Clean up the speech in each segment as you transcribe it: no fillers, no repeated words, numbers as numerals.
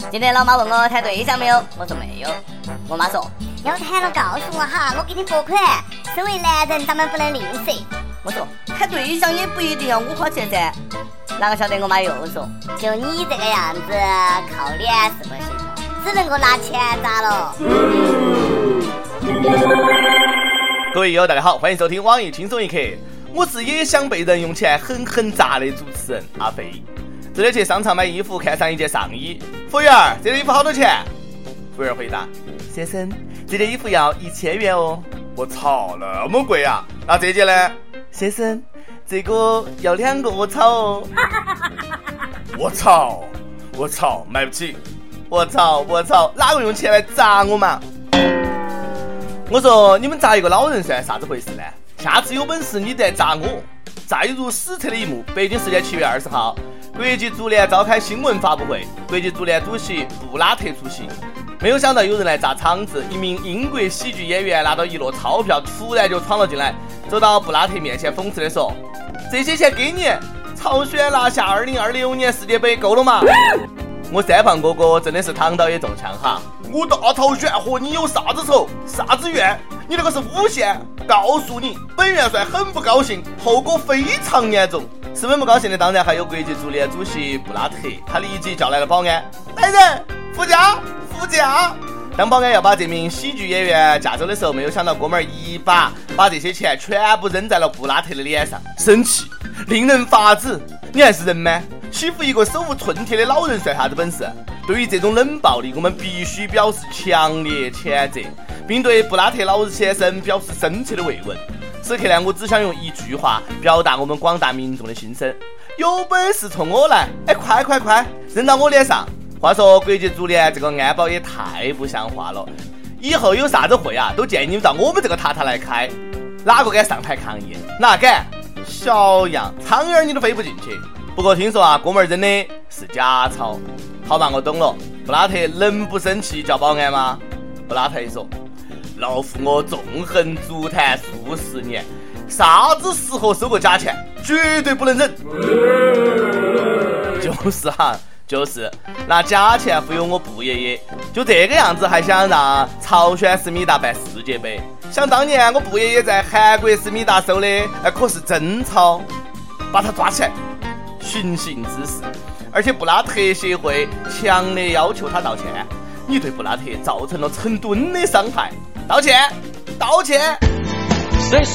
今天老妈问我谈对象没有，我说没有。我妈说要谈了告诉我哈，我给你拨款。身为男人，咱们不能吝啬。 我说谈对象也不一定要我花钱噻。哪个晓得我妈又说， 就你这个样子，靠脸是不行的，只能够拿钱砸了。 各位友大家好，欢迎收听网易轻松一刻，我是也想被人用钱狠狠砸的主持人阿飞。这里去商场买衣服，看上一件上衣，服务员，这件衣服好多钱？服务员回答，先生，这件衣服要1000元哦。我操，那么贵啊？那这件呢？先生，这个要2个，我操哦。我操，买不起。我操，哪个用钱来砸我嘛？我说你们砸一个老人算啥子回事呢？下次有本事你再砸我。再入史册的一幕，北京时间7月20号，国际足联召开新闻发布会，国际足联主席布拉特出席。没有想到有人来砸场子，一名英国喜剧演员拿到一摞钞票，突然就闯了进来，走到布拉特面前讽刺地说，这些钱给你，朝鲜拿下2026年世界杯够了吗？我三胖哥哥真的是躺倒也中枪哈！我大朝鲜和你有啥子仇啥子怨？你那个是诬陷！告诉你，本元帅很不高兴，后果非常严重。十分不高兴的当然还有国际足联主席布拉特，他立即叫来了保安，来人，副驾！当保安要把这名喜剧演员架走的时候，没有想到哥们儿一把把这些钱全部扔在了布拉特的脸上，生气，令人发指！你还是人吗？欺负一个手无寸铁的老人算啥子本事？对于这种冷暴力，我们必须表示强烈谴责，并对布拉特老先生表示深切的慰问。此刻呢，我只想用一句话表达我们广大民众的心声：有本事冲我来！快，扔到我脸上！话说国际足联这个安保也太不像话了，以后有啥子会啊，都建议你们到我们这个塔塔来开。哪个敢上台抗议？哪敢？小样，苍蝇你都飞不进去。不过听说啊，哥们儿扔的是假钞。好吧，我懂了。布拉特能不生气叫保安吗？布拉特说，老夫我纵横足坛数十年，啥子时候收过假钱，绝对不能忍。就是拿假钱忽悠我布爷爷，就这个样子还想让朝鲜思密达办世界杯。想当年我布爷爷在韩国思密达收的可是真钞，把他抓起来寻衅滋事。而且布拉特协会强烈要求他道歉，你对布拉特造成了成吨的伤害，道歉 Say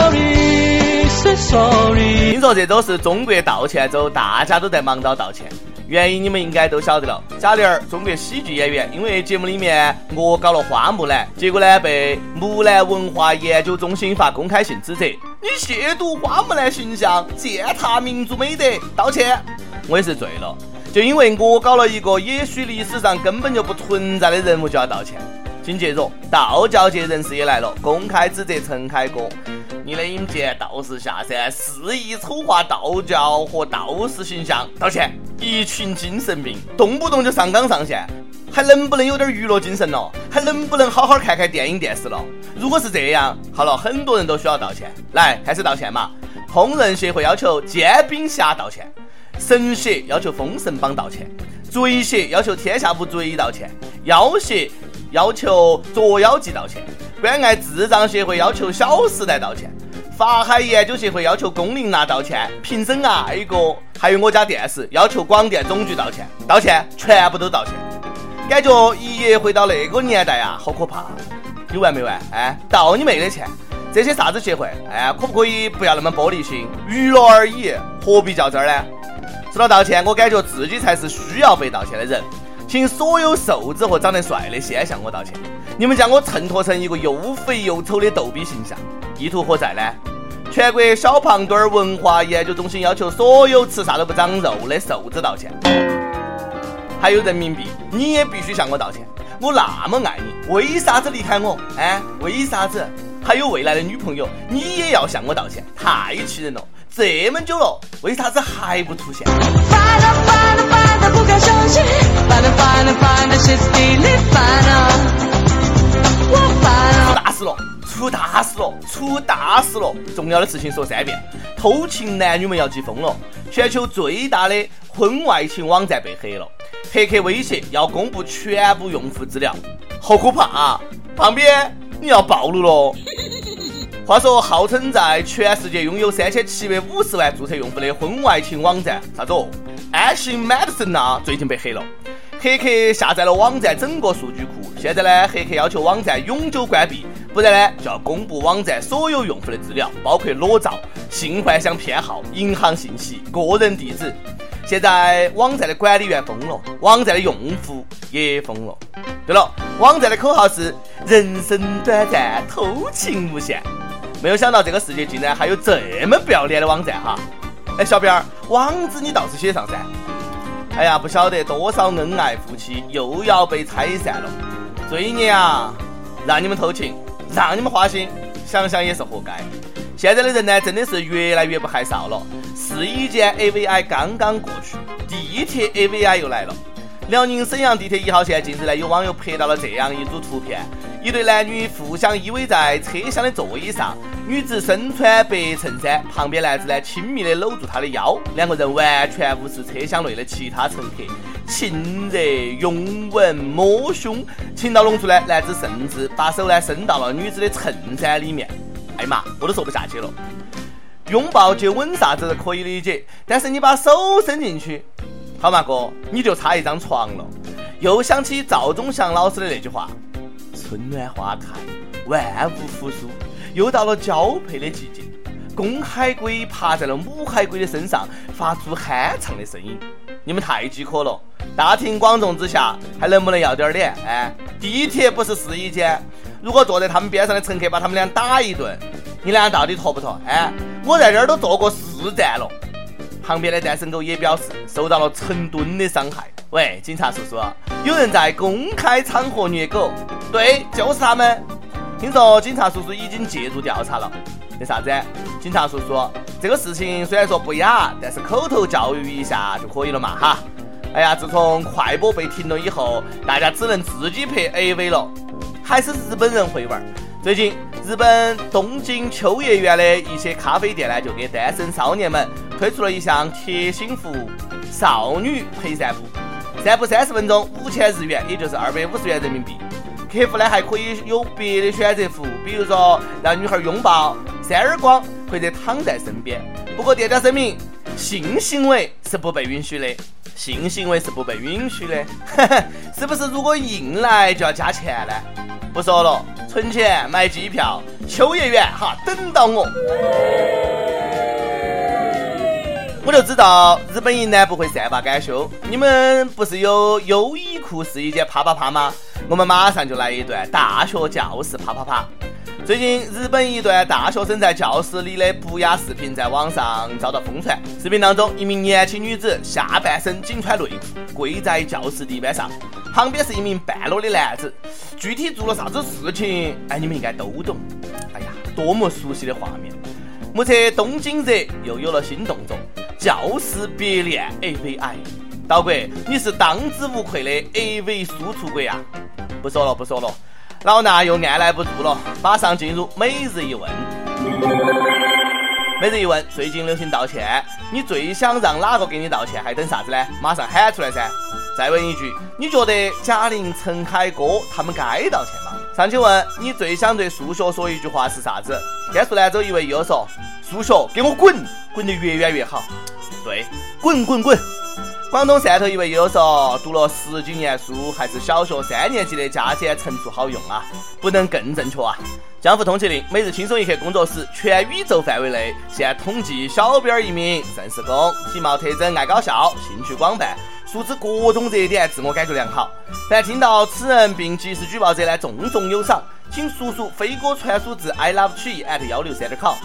sorry。 听说这周是中国道歉周，大家都在忙着道歉，原因你们应该都晓得了。贾玲儿，中国喜剧演员，因为节目里面恶搞了花木兰，结果呢被木兰文化研究中心发公开信指责，你亵渎花木兰形象，践踏民族美德，道歉。我也是醉了，就因为恶搞了一个也许历史上根本就不存在的人物就要道歉。紧接着道教界人士也来了，公开指责陈凯歌，你的引荐道士下山，肆意丑化道教和道士形象，道歉。一群精神病，动不动就上纲上线，还能不能有点娱乐精神了？还能不能好好看看电影电视了？如果是这样，好了，很多人都需要道歉。来，开始道歉嘛！烹饪协会要求煎饼侠道歉，神协要求封神榜道歉，嘴协要求天下无嘴道歉，妖协要求捉妖记道歉，关爱智障协会要求小时代道歉，法海研究协会要求龚琳娜道歉，评审爱国还有我家电视要求广电总局道歉，全部都道歉。感觉一夜回到那个年代啊，好可怕！有完没完？道你妹的歉！这些啥子协会？可不可以不要那么玻璃心？娱乐而已，何必较真儿呢？说到道歉，我感觉自己才是需要被道歉的人。请所有瘦子和长得帅的先向我道歉，你们将我衬托成一个又肥又丑的逗比形象，意图何在呢？全国小胖墩儿文化研究中心要求所有吃啥都不长肉的瘦子道歉。还有人民币，你也必须向我道歉，我那么爱你，为啥子离开我？为啥子？还有未来的女朋友，你也要向我道歉，太气人了！这么久了，为啥子还不出现？不敢相信，出大事了！重要的事情说3遍，偷情男女们要急疯了，全球最大的婚外情网站被黑了。 黑客威胁要公布全部用户资料，好可怕啊！旁边你要暴露咯。话说，号称在全世界拥有3750万注册用户的婚外情网站啥子Ashley Madison 啊，最近被黑了。黑客下载了网站整个数据库，现在呢，黑客要求网站永久关闭，不然呢就要公布网站所有用户的资料，包括裸照、性幻想偏好、银行信息、个人地址。现在网站的管理员疯了，网站的用户也疯了。对了，网站的口号是人生短暂，偷情无限。没有想到这个世界竟然还有这么不要脸的网站哈！哎，小编儿，网址你倒是写上噻。哎呀，不晓得多少恩爱夫妻又要被拆散了。罪孽啊，让你们偷情，让你们花心，想想也是活该。现在的人呢，真的是越来越不害臊了。试衣间 AVI 刚刚过去，地铁 AVI 又来了。辽宁沈阳地铁1号线近日呢，有网友拍到了这样一组图片：一对男女互相依偎在车厢的座椅上，女子身穿白衬衫，旁边男子呢亲密地搂住她的腰，两个人完全无视车厢内的其他乘客，亲热、拥吻、摸胸，情到浓处呢，男子甚至把手呢伸到了女子的衬衫里面。哎妈，我都说不下去了。拥抱接吻啥子可以理解，但是你把手伸进去，好嘛哥，你就差一张床了。又想起赵忠祥老师的那句话：春暖花开，万物复苏，又到了交配的季节。公海龟爬在了母海龟的身上，发出酣畅的声音。你们太饥渴了，大庭广众之下还能不能要点脸？哎，地铁不是试衣间，如果坐在他们边上的乘客把他们俩打一顿，你俩到底脱不脱？哎，我在这儿都坐过4站了。旁边的单身狗也表示受到了成吨的伤害。喂，警察叔叔，有人在公开场合虐狗，对，就是他们。听说警察叔叔已经介入调查了。那啥子？警察叔叔，这个事情虽然说不雅，但是口头教育一下就可以了嘛哈。哎呀，自从快播被停了以后，大家只能自己拍 AV 了。还是日本人会玩。最近日本东京秋叶原的一些咖啡店呢，就给单身少年们推出了一项贴心服务——少女陪散步，散步30分钟，5000日元，也就是250元人民币。客户呢还可以有别的选择服务，比如说让女孩拥抱、扇耳光或者躺在身边。不过店家声明，性行为是不被允许的。性行为是不被允许的，是不是？如果硬来就要加钱呢？不说了，存钱买机票，秋叶原哈，等到我。我就知道日本营呢不会善罢甘休。你们不是有优衣库试衣间啪啪啪吗？我们马上就来一段大学教室啪啪啪。最近日本一段大学生在教室里的不雅视频在网上遭到疯传。视频当中，一名年轻女子下半身仅穿内裤，跪在教室地板上，旁边是一名半裸的男子。具体做了啥子事情，哎，你们应该都懂。哎呀，多么熟悉的画面！目测东京热又有了新动作，教室别恋 AVI。岛国，你是当之无愧的 AV 输出国啊！不说了，老衲又按耐不住了，马上进入每日一问。每日一问，最近流行道歉，你最想让哪个给你道歉？还等啥子呢？马上喊出来噻！再问一句，你觉得贾玲、陈凯歌他们该道歉吗？上期问你最想对数学说一句话是啥子？甘肃兰州一位友说：数学给我滚，滚得越远越好。对，滚！广东汕头一位友说，读了10几年书，还是小学3年级的加减乘除好用啊，不能更正确啊。江湖通缉令，每日轻松一刻工作室全宇宙范围内现统计小编1名，正式工，体貌特征爱搞笑，兴趣广泛，熟知各种热点，自我感觉良好。凡听到此人并及时举报者呢，重重有赏，请叔叔飞鸽传书至 iLoveChi@163.com。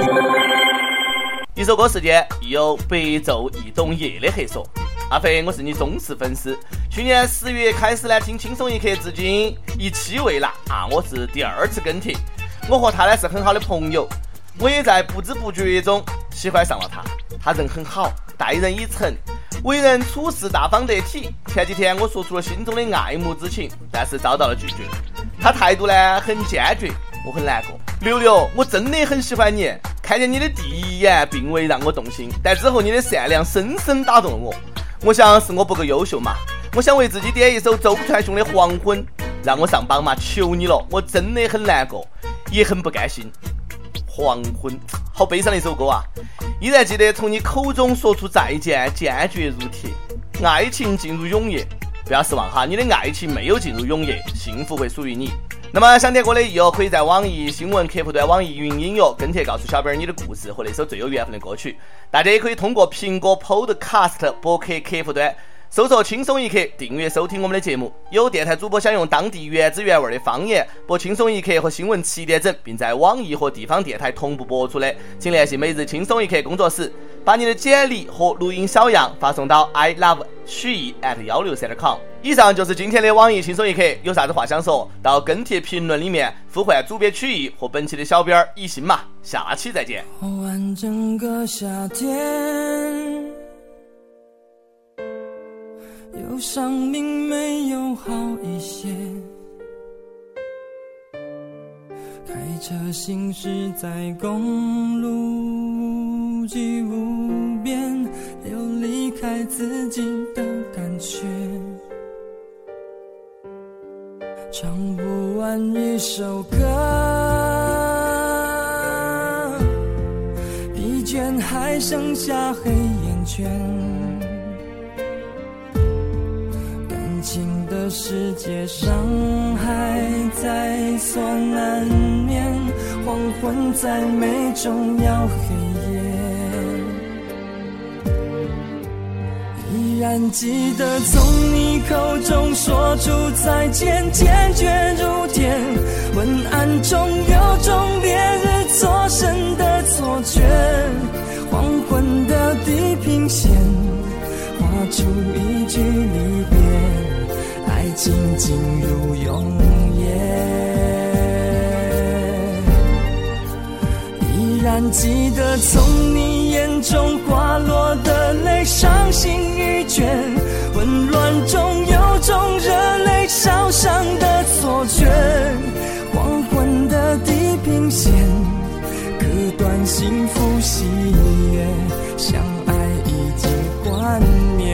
一首歌时间，有白昼易冬夜的黑说。阿飞，我是你忠实粉丝。去年10月开始呢，听轻松一刻，至今1期未拿啊！我是第2次跟帖。我和他呢是很好的朋友，我也在不知不觉中喜欢上了他。他人很好，待人以诚，为人处事大方得体。前几天我说出了心中的爱慕之情，但是遭到了拒绝。他态度呢很坚决，我很难过。刘刘，我真的很喜欢你，看见你的第一眼并未让我动心，但之后你的善良深深打动了我。我想是我不够优秀嘛， 我想为自己点一首周传雄的《黄昏》，让我上榜嘛，求你了，我真的很难过，也很不甘心。黄昏，好悲伤的一首歌啊！依然记得从你口中说出再见，坚决如铁，爱情进入永夜。不要失望哈，你的爱情没有进入永夜，幸福会属于你。那么想点歌的益友可以在网易新闻客户端、网易云音乐跟帖告诉小编你的故事和那首最有缘分的歌曲。大家也可以通过苹果 Podcast 播客客户端搜索轻松一刻，订阅收听我们的节目。有电台主播想用当地原汁原味的方言播轻松一刻和新闻7点整，并在网易和地方电台同步播出的，请联系每日轻松一刻工作室，把你的简历和录音小样发送到 ilove.163.com。以上就是今天的网易轻松一刻，有啥子话想说，到跟帖评论里面呼唤主编曲艺和本期的小编一心嘛。下期再见。 玩整个夏天，有伤命没有好一些，开车行驶在公路无际无边，有离开自己的感觉，唱不完一首歌，疲倦还剩下黑眼圈，感情的世界伤害在所难免，黄昏再美终要黑夜，依然记得从你口中说出再见，坚决如铁，昏暗中有种烈日灼身的错觉，黄昏的地平线画出一句离别，爱情进入永夜，依然记得从你眼中滑落的泪，伤心欲绝，混乱中有种热泪烧伤的错觉，黄昏的地平线割断幸福喜悦，相爱已经幻灭。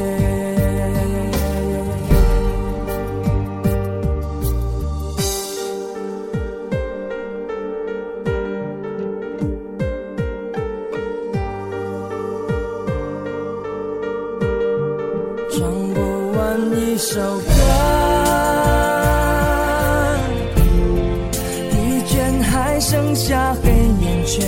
唱不完一首歌，疲倦还剩下黑眼圈，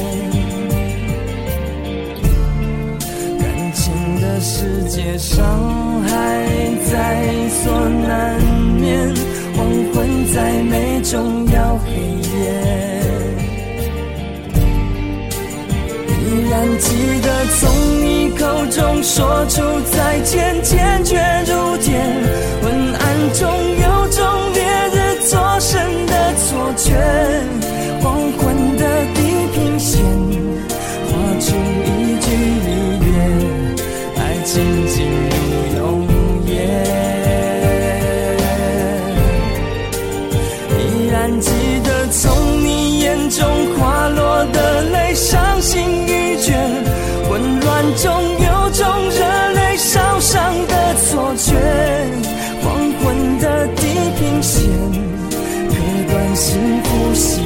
感情的世界伤害在所难免，黄昏再美终要黑夜，依然记得从你口中说出再见，坚决如铁，昏暗中有种烈日灼身的错觉，黄昏的地平线画出一句离别，爱情进入永夜，依然记得从你眼中滑落的泪，伤心欲绝，混乱中有种热泪烧伤的错觉，黄昏的地平线割断幸福喜